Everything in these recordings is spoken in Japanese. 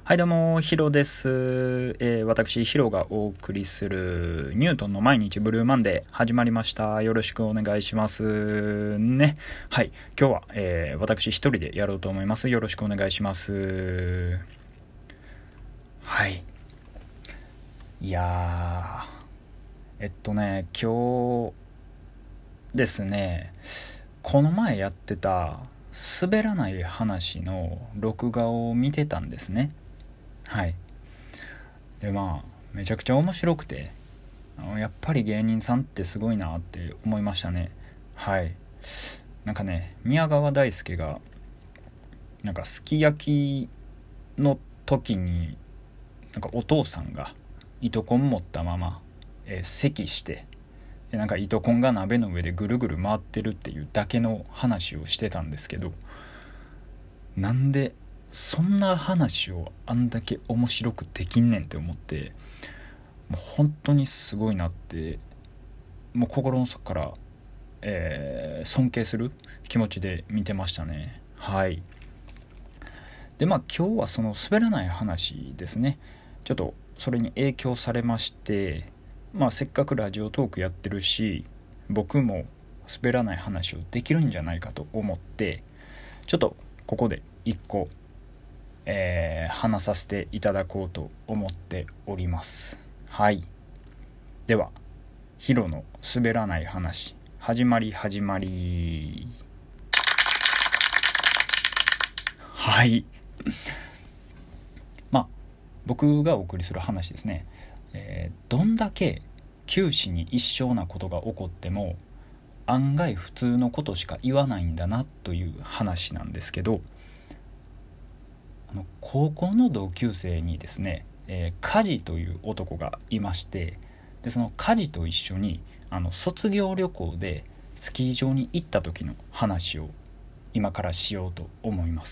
はいどうも、ヒロです。私、ヒロがお送りするニュートンの毎日ブルーマンデー始まりました。よろしくお願いしますね。はい、今日は、私一人でやろうと思います。よろしくお願いします。はい。いや今日ですね、この前やってた滑らない話の録画を見てたんですね。はい。でめちゃくちゃ面白くて、やっぱり芸人さんってすごいなって思いましたね。はい。なんかね、宮川大輔がなんかすき焼きの時になんかお父さんが糸こん持ったまま、咳して、でなんか糸こんが鍋の上でぐるぐる回ってるっていうだけの話をしてたんですけど、なんでそんな話をあんだけ面白くできんねんって思って、もう本当にすごいなって、もう心の底から、尊敬する気持ちで見てましたね。はい。で今日はその滑らない話ですね。ちょっとそれに影響されまして、せっかくラジオトークやってるし、僕も滑らない話をできるんじゃないかと思って、ちょっとここで一個、話させていただこうと思っております。はい。ではヒロの滑らない話、始まり。はい。僕がお送りする話ですね。どんだけ九死に一生なことが起こっても案外普通のことしか言わないんだなという話なんですけど、高校の同級生にですね、梶という男がいまして、でその梶と一緒に卒業旅行でスキー場に行った時の話を今からしようと思います。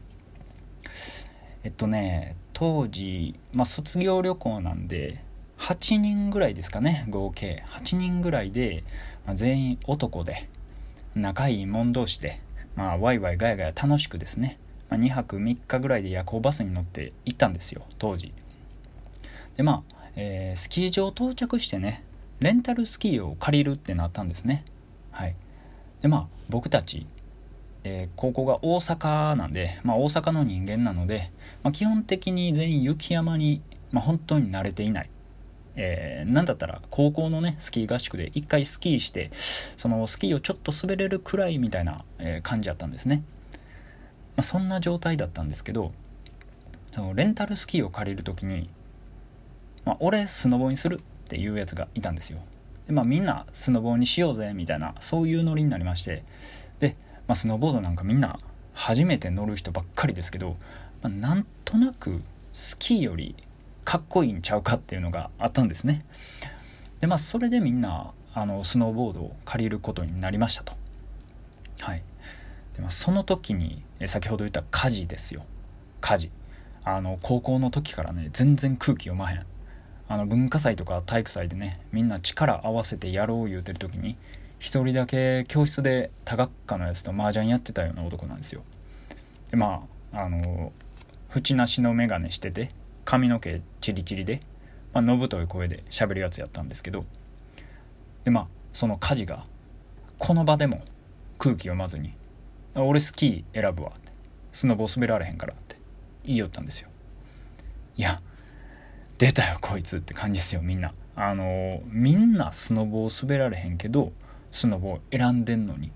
当時、卒業旅行なんで8人ぐらいですかね、合計8人ぐらいで、全員男で仲いい者同士で、ワイワイガヤガヤ楽しくですね、2泊3日ぐらいで夜行バスに乗って行ったんですよ、当時。でスキー場到着してね、レンタルスキーを借りるってなったんですね。はい。で僕たち、高校が大阪なんで、大阪の人間なので、基本的に全員雪山に、本当に慣れていない、なんだったら高校のねスキー合宿で一回スキーして、そのスキーをちょっと滑れるくらいみたいな、感じだったんですね。そんな状態だったんですけど、そのレンタルスキーを借りるときに、俺スノボにするっていうやつがいたんですよ。でみんなスノボにしようぜみたいな、そういうノリになりまして、で、スノーボードなんかみんな初めて乗る人ばっかりですけど、なんとなくスキーよりかっこいいんちゃうかっていうのがあったんですね。でそれでみんなスノーボードを借りることになりましたと。はい。でその時に先ほど言った梶ですよ。梶、高校の時からね全然空気読まへん。文化祭とか体育祭でね、みんな力合わせてやろう言うてる時に一人だけ教室で多学科のやつと麻雀やってたような男なんですよ。で縁なしの眼鏡してて髪の毛チリチリで、のぶとい声で喋るやつやったんですけど、でその梶がこの場でも空気読まずに、俺スキー選ぶわって、スノボ滑られへんからって言いよったんですよ。いや出たよこいつって感じですよ。みんなみんなスノボを滑られへんけどスノボを選んでんのにって、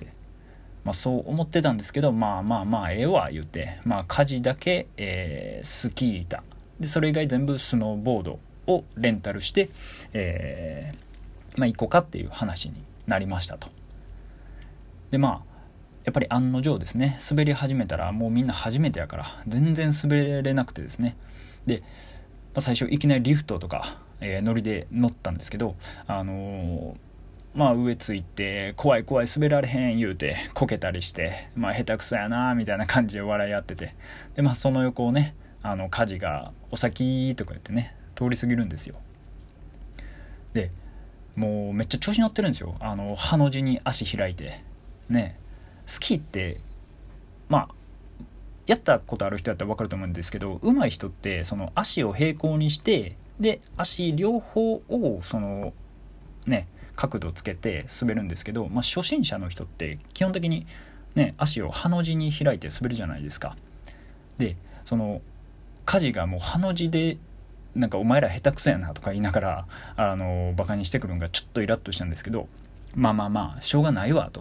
そう思ってたんですけど、ええわ言うて、家事だけ、スキー板で、それ以外全部スノーボードをレンタルして、行こうかっていう話になりましたと。でやっぱり案の定ですね、滑り始めたらもうみんな初めてやから全然滑れなくてですね、で、最初いきなりリフトとか、ノリで乗ったんですけど、上ついて怖い滑られへん言うてこけたりして、下手くそやなみたいな感じで笑い合ってて、でその横をねカジがお先とか言ってね通り過ぎるんですよ。でもうめっちゃ調子乗ってるんですよ。ハの字に足開いてね。スキーってやったことある人だったら分かると思うんですけど、上手い人ってその足を平行にして、で足両方をそのね角度つけて滑るんですけど、初心者の人って基本的にね足をハの字に開いて滑るじゃないですか。でその舵がもうハの字でなんかお前ら下手くそやなとか言いながらバカにしてくるのがちょっとイラッとしたんですけど、しょうがないわと、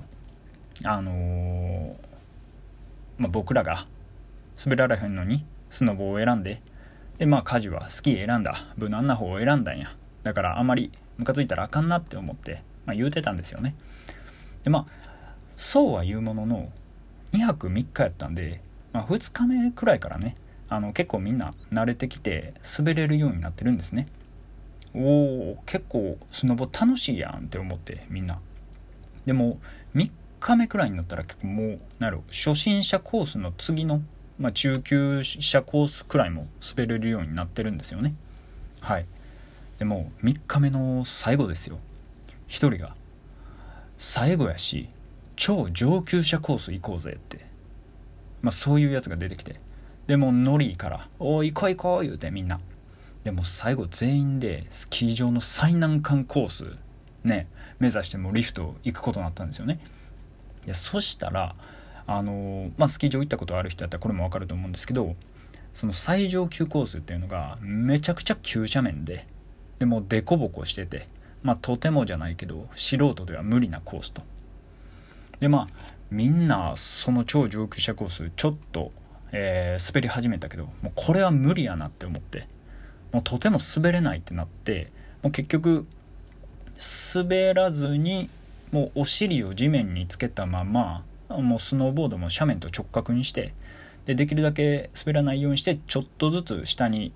僕らが滑られへんのにスノボを選んで、で舵はスキー選んだ、無難な方を選んだんや、だからあんまりムカついたらあかんなって思って、言うてたんですよね。でそうは言うものの2泊3日やったんで、2日目くらいからね結構みんな慣れてきて滑れるようになってるんですね。結構スノボ楽しいやんって思って、みんなでも3日目くらいになったら結構もう初心者コースの次の、中級者コースくらいも滑れるようになってるんですよね。はい。でも3日目の最後ですよ、一人が最後やし超上級者コース行こうぜって、そういうやつが出てきて、でもノリからおい行こう行こう言うてみんなでも最後全員でスキー場の最難関コースね目指してもリフト行くことになったんですよね。そしたらスキー場行ったことある人だったらこれも分かると思うんですけど、その最上級コースっていうのがめちゃくちゃ急斜面で、でもデコボコしてて、とてもじゃないけど素人では無理なコースと。でみんなその超上級者コースちょっと、滑り始めたけど、もうこれは無理やなって思って、もうとても滑れないってなって、もう結局滑らずにもうお尻を地面につけたまま、もうスノーボードも斜面と直角にして、できるだけ滑らないようにしてちょっとずつ下に、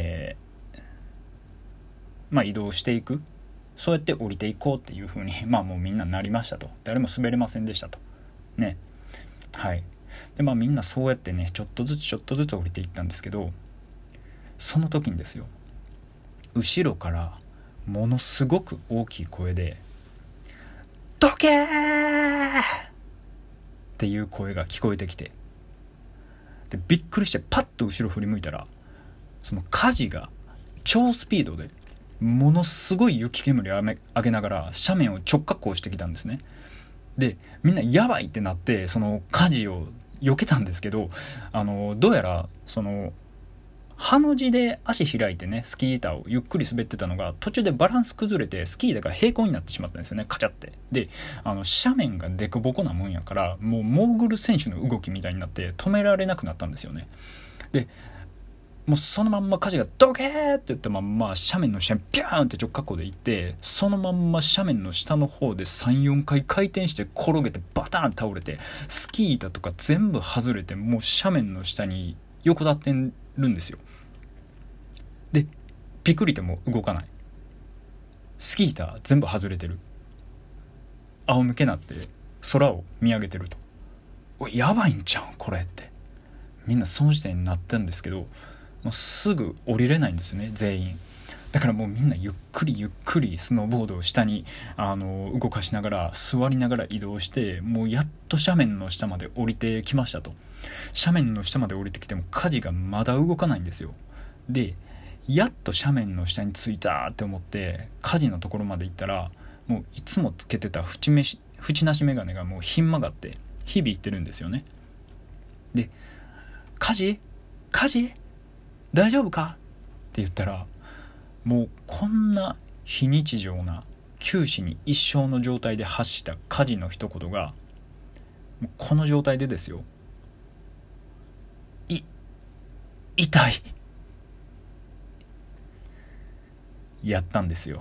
移動していく、そうやって降りていこうっていう風にもうみんななりましたと。誰も滑れませんでしたとね。はい。でみんなそうやってねちょっとずつ降りていったんですけど、その時にですよ、後ろからものすごく大きい声でどけーっていう声が聞こえてきて、でびっくりしてパッと後ろ振り向いたら、その舵が超スピードでものすごい雪煙を上げながら斜面を直滑降してきたんですね。でみんなやばいってなってその舵を避けたんですけど、どうやらそのハの字で足開いてねスキー板をゆっくり滑ってたのが途中でバランス崩れてスキー板が平行になってしまったんですよね、カチャって。で斜面がデコボコなもんやから、もうモーグル選手の動きみたいになって止められなくなったんですよね。でもうそのまんま舵がドケーって言ったまんま斜面の下にピューンって直角行で行って、そのまんま斜面の下の方で 3,4 回回転して転げてバターン倒れて、スキー板とか全部外れて、もう斜面の下に横立ってるんですよ。でピクリとも動かない、スキー板全部外れてる、仰向けなって空を見上げてると、おいやばいんちゃうんこれってみんなその時点になったんですけど、もうすぐ降りれないんですよね全員。だからもうみんなゆっくりスノーボードを下に動かしながら座りながら移動して、もうやっと斜面の下まで降りてきましたと。斜面の下まで降りてきても舵がまだ動かないんですよ。でやっと斜面の下に着いたって思って舵のところまで行ったら、もういつもつけてた縁なしメガネがもうひん曲がって響いてるんですよね。で舵大丈夫かって言ったら、もうこんな非日常な九死に一生の状態で発した舵の一言が、もうこの状態でですよ、痛いやったんですよ。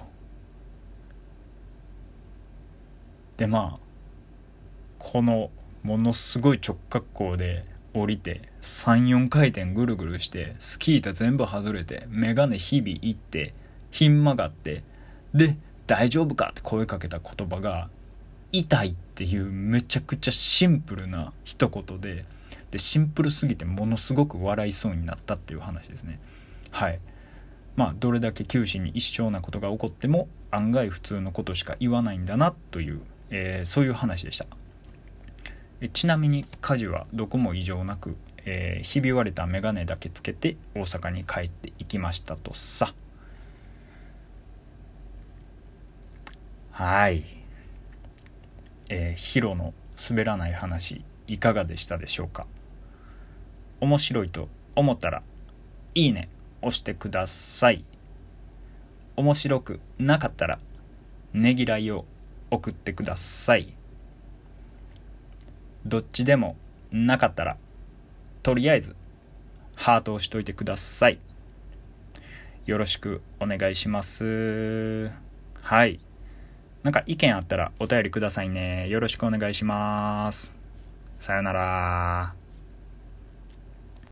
でこのものすごい直角行で降りて 3,4 回転ぐるぐるしてスキー板全部外れてメガネひびいってひん曲がって、で大丈夫かって声かけた言葉が痛いっていうめちゃくちゃシンプルな一言で、シンプルすぎてものすごく笑いそうになったっていう話ですね。はい。どれだけ九死に一生なことが起こっても案外普通のことしか言わないんだなという、そういう話でした。ちなみに舵はどこも異常なく、 ひび割れたメガネだけつけて大阪に帰っていきましたとさ。はい、ヒロの滑らない話いかがでしたでしょうか。面白いと思ったらいいね押してください。面白くなかったらねぎらいを送ってください。どっちでもなかったらとりあえずハートをしといてください。よろしくお願いします。はい、なんか意見あったらお便りくださいね。よろしくお願いします。さよなら。